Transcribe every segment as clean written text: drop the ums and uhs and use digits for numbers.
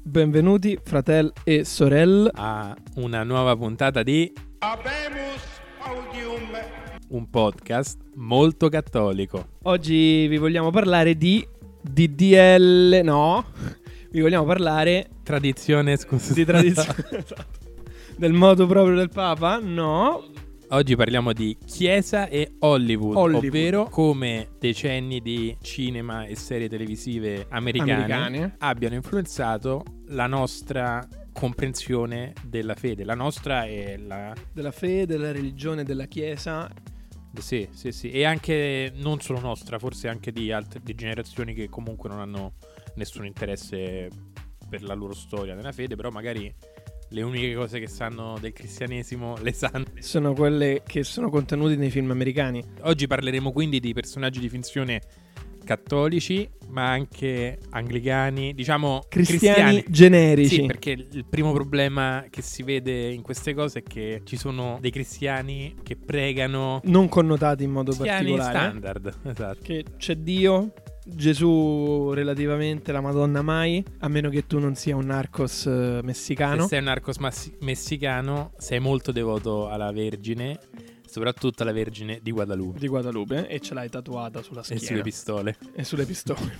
Benvenuti fratelli e sorelle a una nuova puntata di Habemus Audium, un podcast molto cattolico. Oggi vi vogliamo parlare di DDL, no, vi vogliamo parlare Tradizione, scusa. di tradizione, esatto. Del modo proprio del Papa, no. Oggi parliamo di Chiesa e Hollywood, ovvero come decenni di cinema e serie televisive americane abbiano influenzato la nostra comprensione della fede. La nostra è la... della fede, della religione, della Chiesa. Sì. E anche non solo nostra, forse anche di altre di generazioni che comunque non hanno nessun interesse per la loro storia nella fede, però magari le uniche cose che sanno del cristianesimo le sanno. Sono quelle che sono contenute nei film americani. Oggi parleremo quindi di personaggi di finzione cattolici, ma anche anglicani, diciamo cristiani generici. Sì, perché il primo problema che si vede in queste cose è che ci sono dei cristiani che pregano non connotati in modo cristiani particolare, standard, esatto. che c'è Dio, Gesù relativamente, la Madonna mai, a meno che tu non sia un narcos messicano. Se sei un narcos messicano sei molto devoto alla Vergine, soprattutto alla Vergine di Guadalupe, E ce l'hai tatuata sulla schiena e sulle pistole. E sulle pistole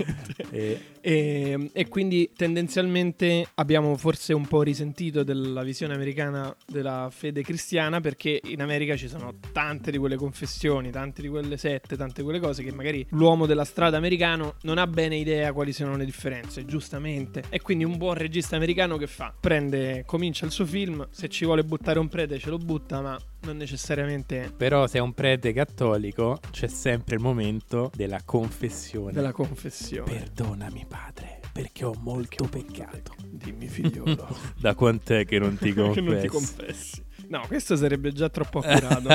e quindi tendenzialmente abbiamo forse un po' risentito della visione americana della fede cristiana, perché in America ci sono tante di quelle confessioni, tante di quelle sette, tante di quelle cose che magari l'uomo della strada americano non ha bene idea quali siano le differenze, giustamente. E quindi un buon regista americano che fa? Comincia il suo film, se ci vuole buttare un prete ce lo butta, ma non necessariamente. Però se è un prete cattolico c'è sempre il momento della confessione. Perdonami padre, perché ho molto peccato. Dimmi figliolo. Da quant'è che non ti confessi? Che non ti confessi. No, questo sarebbe già troppo accurato.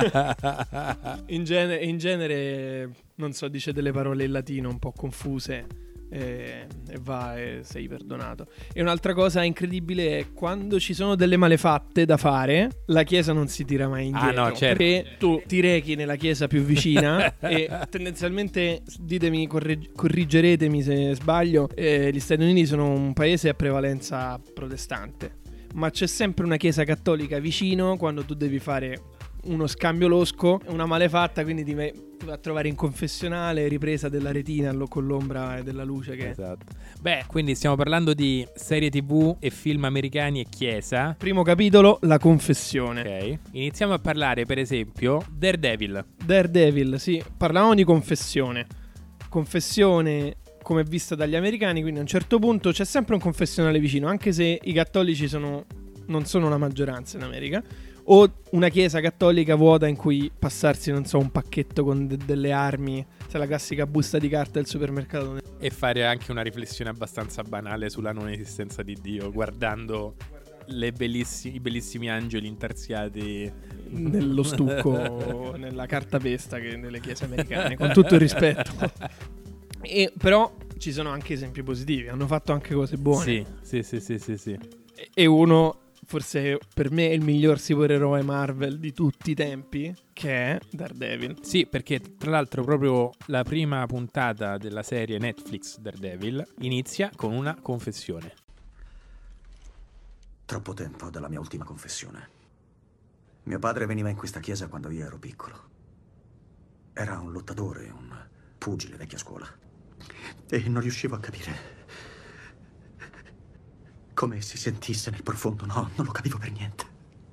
In genere, non so, dice delle parole in latino un po' confuse e sei perdonato. E un'altra cosa incredibile è quando ci sono delle malefatte da fare, la chiesa non si tira mai indietro. No, certo. Perché tu ti rechi nella chiesa più vicina e tendenzialmente, ditemi, corrigeretemi se sbaglio, gli Stati Uniti sono un paese a prevalenza protestante, ma c'è sempre una chiesa cattolica vicino quando tu devi fare uno scambio losco, una malefatta, quindi ti vai a trovare in confessionale, ripresa della retina con l'ombra e della luce che... Esatto. Beh, quindi stiamo parlando di serie TV e film americani e chiesa. Primo capitolo, la confessione. Ok. Iniziamo a parlare, per esempio, Daredevil, sì. Parlavamo di confessione come è vista dagli americani, quindi a un certo punto c'è sempre un confessionale vicino, anche se i cattolici non sono una maggioranza in America, o una chiesa cattolica vuota in cui passarsi, non so, un pacchetto con delle armi, c'è la classica busta di carta del supermercato, e fare anche una riflessione abbastanza banale sulla non esistenza di Dio, guardando i bellissimi angeli intarsiati nello stucco, nella cartapesta che nelle chiese americane, con tutto il rispetto. Però ci sono anche esempi positivi, hanno fatto anche cose buone. Sì. E uno, forse per me, è il miglior supereroe Marvel di tutti i tempi, che è Daredevil. Sì, perché tra l'altro proprio la prima puntata della serie Netflix Daredevil inizia con una confessione. Troppo tempo dalla mia ultima confessione. Mio padre veniva in questa chiesa quando io ero piccolo. Era un lottatore, un pugile vecchia scuola. E non riuscivo a capire come si sentisse nel profondo. No, non lo capivo per niente.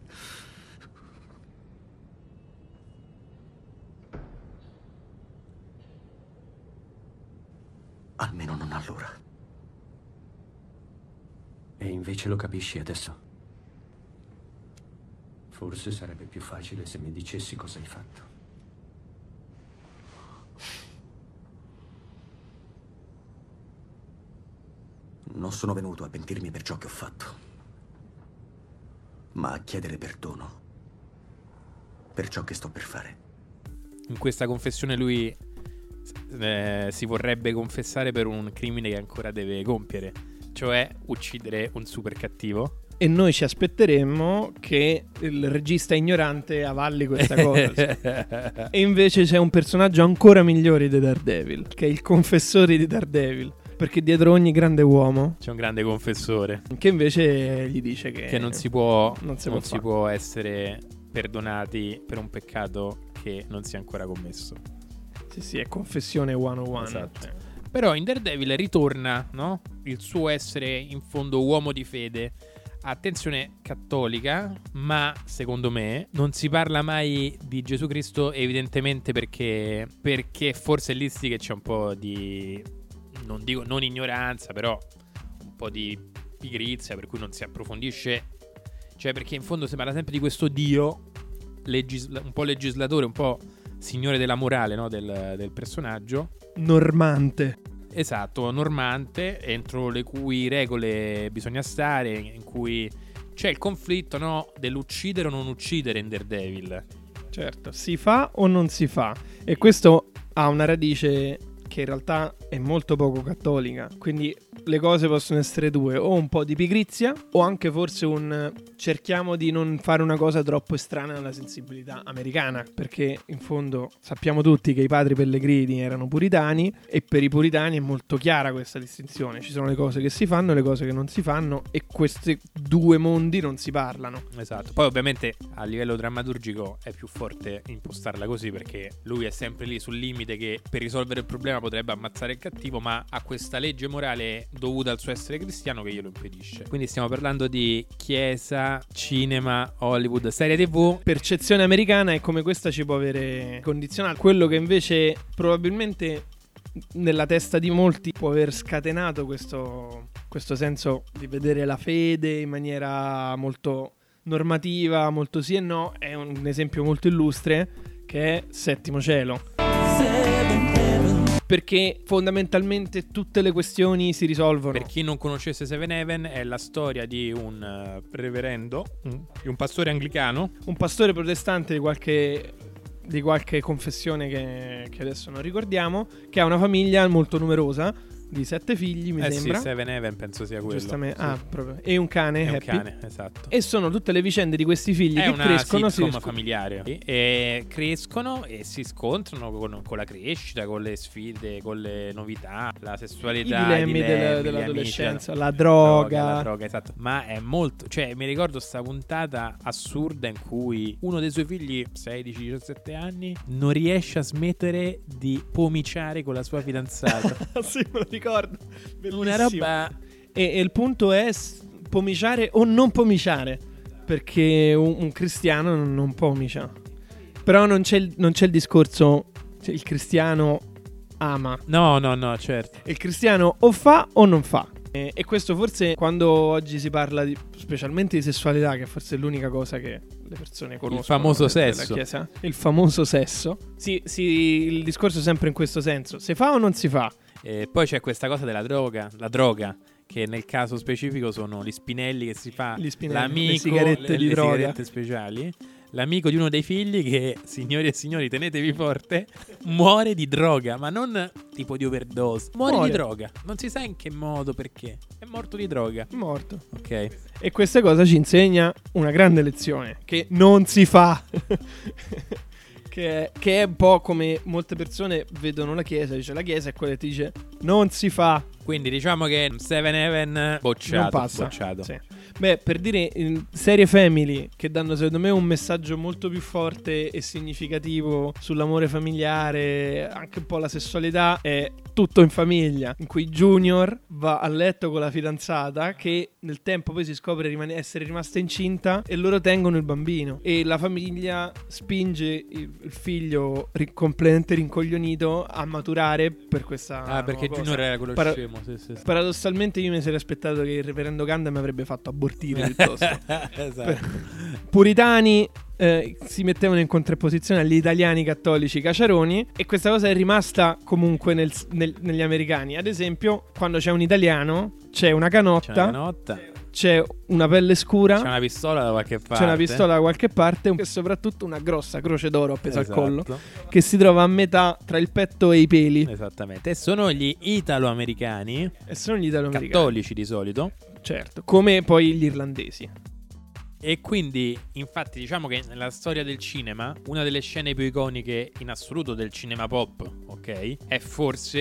Almeno non allora. E invece lo capisci adesso? Forse sarebbe più facile se mi dicessi cosa hai fatto. Non sono venuto a pentirmi per ciò che ho fatto, ma a chiedere perdono per ciò che sto per fare. In questa confessione lui si vorrebbe confessare per un crimine che ancora deve compiere, cioè uccidere un super cattivo. E noi ci aspetteremmo che il regista ignorante avalli questa cosa. E invece c'è un personaggio ancora migliore di Daredevil, che è il confessore di Daredevil, Perché dietro ogni grande uomo c'è un grande confessore che invece gli dice che non si può essere perdonati per un peccato che non si è ancora commesso. Sì, è confessione 101. Esatto. Però in Daredevil ritorna, no? Il suo essere in fondo uomo di fede. Attenzione, cattolica, ma secondo me non si parla mai di Gesù Cristo, evidentemente perché forse lì sì che c'è un po' di, non dico non ignoranza, però un po' di pigrizia, per cui non si approfondisce, cioè perché in fondo si parla sempre di questo Dio un po' legislatore, un po' signore della morale, no? del personaggio. Normante. Esatto, normante, entro le cui regole bisogna stare, in cui c'è il conflitto, no, dell'uccidere o non uccidere in Daredevil. Certo, si fa o non si fa. E questo ha una radice che in realtà è molto poco cattolica. Quindi le cose possono essere due: o un po' di pigrizia, o anche forse un cerchiamo di non fare una cosa troppo estranea alla sensibilità americana, perché in fondo sappiamo tutti che i padri pellegrini erano puritani, e per i puritani è molto chiara questa distinzione: ci sono le cose che si fanno e le cose che non si fanno, e questi due mondi non si parlano. Esatto. Poi ovviamente a livello drammaturgico è più forte impostarla così, perché lui è sempre lì sul limite che per risolvere il problema potrebbe ammazzare il cattivo, ma ha questa legge morale dovuta al suo essere cristiano che glielo impedisce. Quindi stiamo parlando di chiesa, cinema, Hollywood, serie TV. Percezione americana, e come questa ci può avere condizionato. Quello che invece probabilmente nella testa di molti può aver scatenato questo senso di vedere la fede in maniera molto normativa, molto sì e no, è un esempio molto illustre che è Settimo Cielo. Perché fondamentalmente tutte le questioni si risolvono. Per chi non conoscesse Seven Heaven, è la storia di un reverendo, di un pastore anglicano, un pastore protestante di qualche confessione che adesso non ricordiamo, che ha una famiglia molto numerosa di 7 figli, mi sembra. Sì, Seven Heaven penso sia quello. Giustamente, sì. Proprio. E un cane, è Happy. Un cane, esatto. E sono tutte le vicende di questi figli che crescono. È una sitcom familiare. E crescono e si scontrano con la crescita, con le sfide, con le novità, la sessualità, i dilemmi dell'adolescenza, la droga, esatto. Ma è molto, cioè mi ricordo sta puntata assurda in cui uno dei suoi figli, 16-17 anni, non riesce a smettere di pomiciare con la sua fidanzata. Sì, me lo ricordo. Bellissimo. Una roba. E il punto è pomiciare o non pomiciare, perché un cristiano non pomicia. Però non c'è il discorso, cioè, il cristiano ama. No, certo. Il cristiano o fa o non fa. E questo forse, quando oggi si parla specialmente di sessualità, che forse è l'unica cosa che le persone conoscono, il famoso sesso, Chiesa, il famoso sesso, il discorso è sempre in questo senso: si fa o non si fa? E poi c'è questa cosa della droga, la droga, che nel caso specifico sono gli spinelli che si fa, l'amico, le sigarette di droga, sigarette speciali. L'amico di uno dei figli che, signori e signori, tenetevi forte, muore di droga, ma non tipo di overdose. Muore di droga. Non si sa in che modo, perché. È morto di droga. Morto. Ok. E questa cosa ci insegna una grande lezione: che non si fa. Che è un po' come molte persone vedono la Chiesa, dice la Chiesa è quella che ti dice non si fa. Quindi diciamo che Seven Heaven bocciato. Non passa. Bocciato. Sì. Beh, per dire, serie family che danno secondo me un messaggio molto più forte e significativo sull'amore familiare, anche un po' la sessualità, è Tutto in Famiglia, in cui Junior va a letto con la fidanzata che nel tempo poi si scopre essere rimasta incinta, e loro tengono il bambino, e la famiglia spinge il figlio completamente rincoglionito a maturare per questa perché cosa. Junior era quello scemo. Sì. Paradossalmente io mi sarei aspettato che il reverendo Gandhi mi avrebbe fatto abortire piuttosto. Esatto. Puritani si mettevano in contrapposizione agli italiani cattolici caciaroni, e questa cosa è rimasta comunque negli americani. Ad esempio, quando c'è un italiano, c'è una canotta, c'è una pelle scura, c'è una pistola da qualche parte. C'è una pistola da qualche parte, e soprattutto una grossa croce d'oro appesa esatto. al collo, che si trova a metà tra il petto e i peli. Esattamente. E sono gli italo-americani. Cattolici di solito. Certo, come poi gli irlandesi. E quindi, infatti, diciamo che nella storia del cinema, una delle scene più iconiche in assoluto del cinema pop, ok, è forse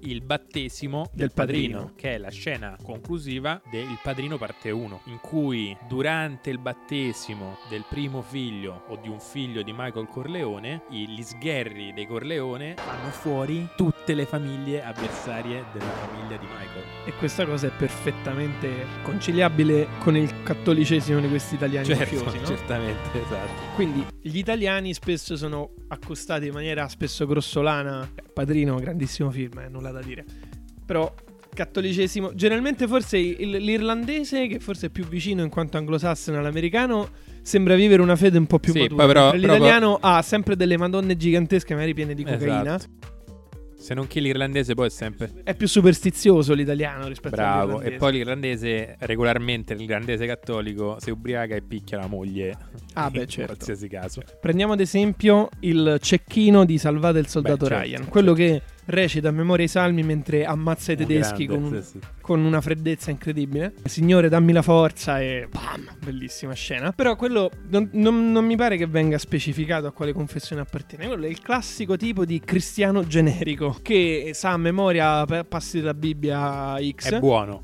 il battesimo del padrino, che è la scena conclusiva del Padrino parte 1, in cui durante il battesimo del primo figlio o di un figlio di Michael Corleone, gli sgherri dei Corleone fanno fuori tutte le famiglie avversarie della famiglia di Michael. E questa cosa è perfettamente conciliabile con il cattolicesimo di questi italiani mafiosi, no? Certamente, esatto. Quindi gli italiani spesso sono accostati in maniera spesso grossolana. Padrino, grandissimo film, nulla da dire. Però cattolicesimo, generalmente forse l'irlandese, che forse è più vicino in quanto anglosassone all'americano, sembra vivere una fede un po' più matura. Però l'italiano ha sempre delle madonne gigantesche, magari piene di cocaina. Esatto. Se non che l'irlandese poi è sempre... È più superstizioso l'italiano rispetto all'irlandese. E poi l'irlandese, regolarmente l'irlandese cattolico, si ubriaca e picchia la moglie. Certo. In qualsiasi caso. Prendiamo ad esempio il cecchino di Salvate il soldato Ryan. Quello che recita a memoria i salmi mentre ammazza i tedeschi con una freddezza incredibile. Signore, dammi la forza, e bam, bellissima scena. Però quello non mi pare che venga specificato a quale confessione appartiene. Quello è il classico tipo di cristiano generico che sa a memoria passi della Bibbia X. È buono,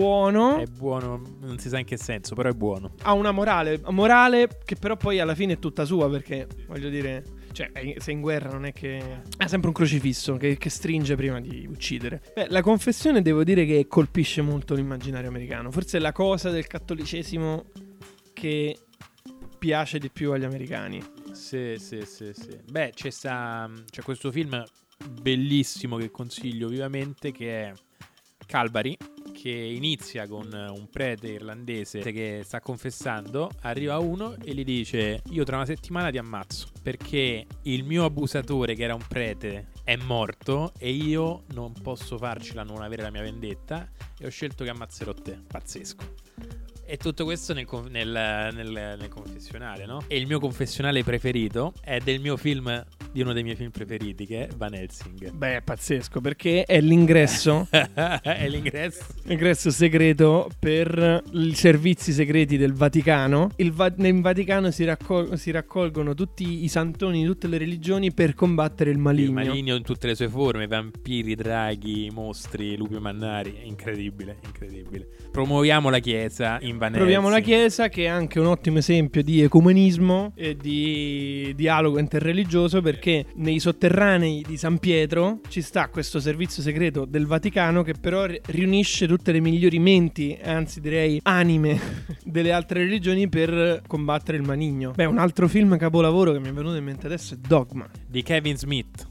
non si sa in che senso, però è buono. Ha una morale che però poi alla fine è tutta sua, perché voglio dire, cioè, se in guerra non è che... Ha sempre un crocifisso che stringe prima di uccidere. La confessione devo dire che colpisce molto l'immaginario americano. Forse è la cosa del cattolicesimo che piace di più agli americani. Sì. Beh, c'è questo film bellissimo che consiglio vivamente, che è Calvary, che inizia con un prete irlandese che sta confessando. Arriva uno e gli dice: io tra una settimana ti ammazzo perché il mio abusatore, che era un prete, è morto e io non posso farcela non avere la mia vendetta e ho scelto che ammazzerò te. Pazzesco. E tutto questo nel confessionale, no? E il mio confessionale preferito è del mio film, di uno dei miei film preferiti, che è Van Helsing. Beh, è pazzesco, perché è l'ingresso è l'ingresso segreto per i servizi segreti del Vaticano. Nel Vaticano si raccolgono tutti i santoni di tutte le religioni per combattere il maligno. Il maligno in tutte le sue forme: vampiri, draghi, mostri, lupi mannari. Incredibile. Promuoviamo la Chiesa in Van Helsing. Proviamo la Chiesa, che è anche un ottimo esempio di ecumenismo e di dialogo interreligioso, perché nei sotterranei di San Pietro ci sta questo servizio segreto del Vaticano che però riunisce tutte le migliori menti, anzi direi anime delle altre religioni per combattere il maligno. Beh, un altro film capolavoro che mi è venuto in mente adesso è Dogma di Kevin Smith,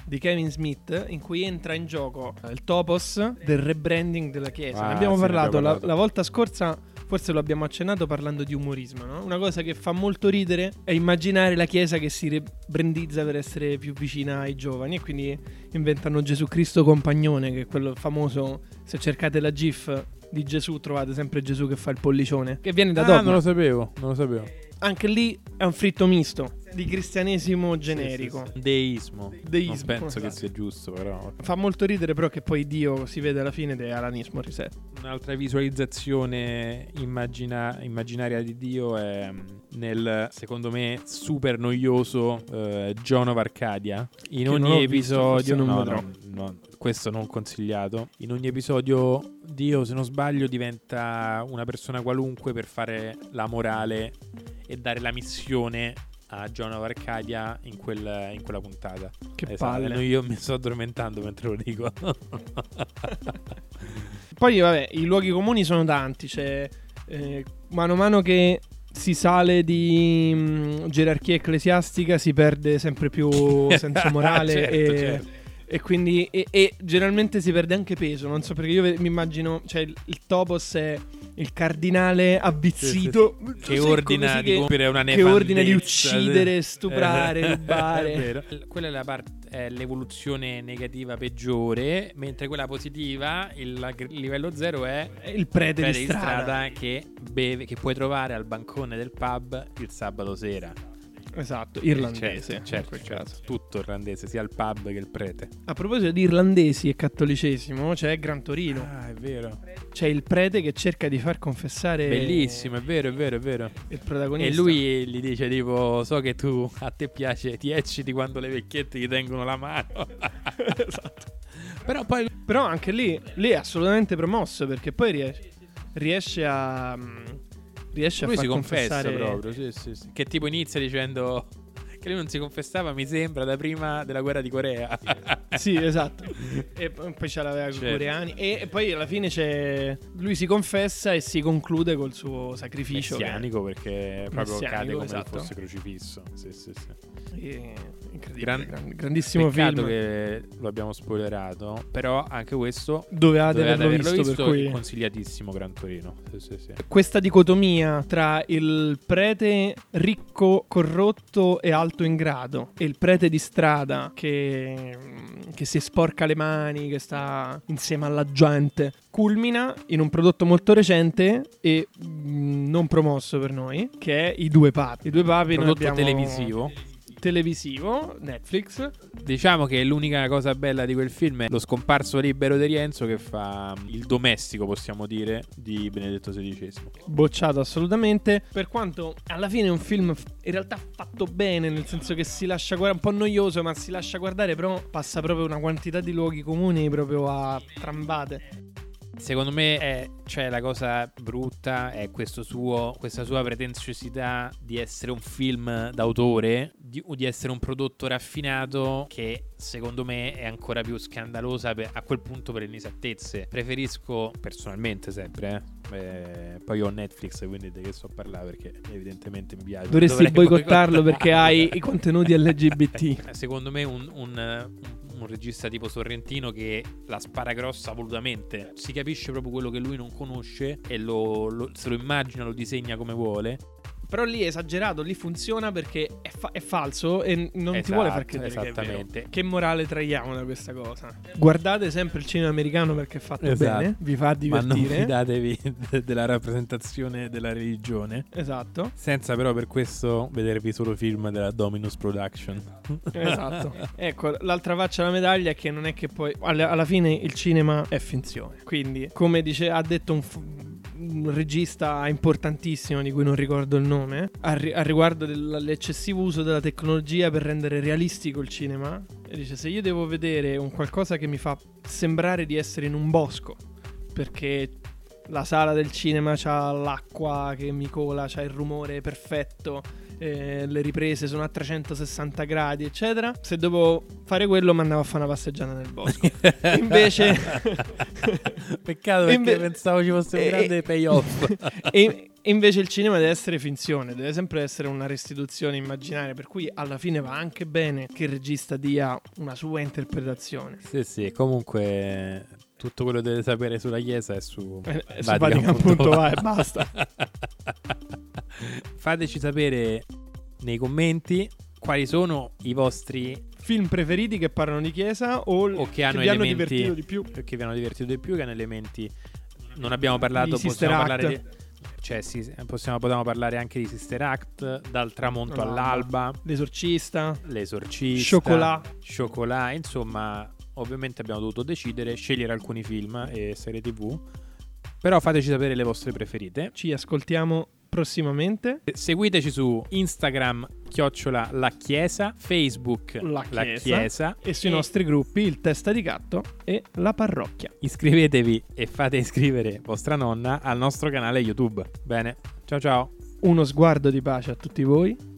in cui entra in gioco il topos del rebranding della Chiesa. Ne abbiamo parlato la volta scorsa, forse lo abbiamo accennato parlando di umorismo, no? Una cosa che fa molto ridere è immaginare la Chiesa che si rebrandizza per essere più vicina ai giovani, e quindi inventano Gesù Cristo Compagnone, che è quello famoso. Se cercate la GIF di Gesù trovate sempre Gesù che fa il pollicione, che viene da Dogma. Non lo sapevo. Anche lì è un fritto misto di cristianesimo generico. Sì. Deismo. Non penso che sia giusto, però. Fa molto ridere però che poi Dio si vede alla fine ed è Alanismo Reset. Un'altra visualizzazione immaginaria di Dio è nel, secondo me, super noioso John of Arcadia. In ogni episodio... No, questo non consigliato. In ogni episodio Dio, se non sbaglio, diventa una persona qualunque per fare la morale e dare la missione a John of Arcadia in quella puntata. Che palle. Io mi sto addormentando mentre lo dico. Poi vabbè, i luoghi comuni sono tanti. Cioè, mano a mano che si sale di gerarchia ecclesiastica si perde sempre più senso morale. certo. E quindi e generalmente si perde anche peso. Non so, perché io mi immagino, cioè il topos è il cardinale avvizzito, che ordina di compiere una nefandezza, che ordina di uccidere, stuprare, rubare. È vero. Quella è la parte, è l'evoluzione negativa peggiore, mentre quella positiva, il livello 0 è il prete di strada che beve, che puoi trovare al bancone del pub il sabato sera. Esatto, irlandese. Certo. Tutto irlandese, sia il pub che il prete. A proposito di irlandesi e cattolicesimo, c'è Gran Torino. Ah, è vero. C'è il prete che cerca di far confessare. Bellissimo, è vero. Il protagonista. E lui gli dice tipo: so che a te piace, ti ecciti quando le vecchiette gli tengono la mano. Esatto. Però anche lì è assolutamente promosso, perché poi riesce a lui si confessa confessare proprio, sì. Che tipo inizia dicendo che lui non si confessava, mi sembra, da prima della guerra di Corea. Sì, esatto. E poi ce l'aveva con i coreani. E poi alla fine lui si confessa e si conclude col suo sacrificio messianico, perché proprio cade come se fosse crocifisso. Sì. Incredibile, grandissimo Peccato film. che lo abbiamo spoilerato, però anche questo dovevate averlo visto, per cui è consigliatissimo Gran Torino. Sì. Questa dicotomia tra il prete ricco, corrotto e alto in grado e il prete di strada che si sporca le mani, che sta insieme alla gente, culmina in un prodotto molto recente e non promosso per noi, che è I Due Papi. I Due Papi, prodotto televisivo, Netflix. Diciamo che l'unica cosa bella di quel film è lo scomparso libero di Rienzo, che fa il domestico, possiamo dire, di Benedetto XVI. Bocciato assolutamente, per quanto alla fine è un film in realtà fatto bene, nel senso che si lascia guardare, un po' noioso, ma si lascia guardare, però passa proprio una quantità di luoghi comuni proprio a trambate. Secondo me la cosa brutta è questa sua pretenziosità di essere un film d'autore, di essere un prodotto raffinato, che secondo me è ancora più scandalosa a quel punto per le inesattezze. Preferisco personalmente sempre poi ho Netflix, quindi di che so parlare, perché evidentemente mi piace. Dovrei boicottarlo perché hai i contenuti LGBT. Secondo me un regista tipo Sorrentino che la spara grossa volutamente, si capisce proprio quello che lui non conosce e se lo immagina, lo disegna come vuole. Però lì è esagerato, lì funziona perché è falso e non ti vuole far credere che è vero. Che morale traiamo da questa cosa? Guardate sempre il cinema americano perché è fatto bene, vi fa divertire. Ma non fidatevi della rappresentazione della religione. Esatto. Senza però per questo vedervi solo film della Dominus Production. Esatto. Ecco, l'altra faccia della medaglia è che non è che poi alla fine il cinema è finzione. Quindi, come ha detto un regista importantissimo di cui non ricordo il nome, al riguardo dell'eccessivo uso della tecnologia per rendere realistico il cinema, e dice: se io devo vedere un qualcosa che mi fa sembrare di essere in un bosco perché la sala del cinema c'ha l'acqua che mi cola, c'ha il rumore perfetto, le riprese sono a 360 gradi eccetera, se devo fare quello mi andavo a fare una passeggiata nel bosco. Invece peccato, perché pensavo ci fosse un grande payoff. E invece il cinema deve essere finzione, deve sempre essere una restituzione immaginaria, per cui alla fine va anche bene che il regista dia una sua interpretazione. Sì, comunque tutto quello che deve sapere sulla Chiesa è su Vatican.va e basta. Fateci sapere nei commenti quali sono i vostri film preferiti che parlano di Chiesa o che hanno vi hanno divertito di più. Che vi hanno divertito di più, che hanno elementi. Non abbiamo parlato, possiamo parlare potevamo parlare anche di Sister Act, Dal tramonto all'alba, L'esorcista, Chocolat, insomma, ovviamente abbiamo dovuto scegliere alcuni film e serie TV. Però fateci sapere le vostre preferite. Ci ascoltiamo prossimamente. Seguiteci su Instagram @ La Chiesa, Facebook La Chiesa e sui nostri gruppi Il Testa di Gatto e La Parrocchia. Iscrivetevi e fate iscrivere vostra nonna al nostro canale YouTube. Bene, ciao. Uno sguardo di pace a tutti voi.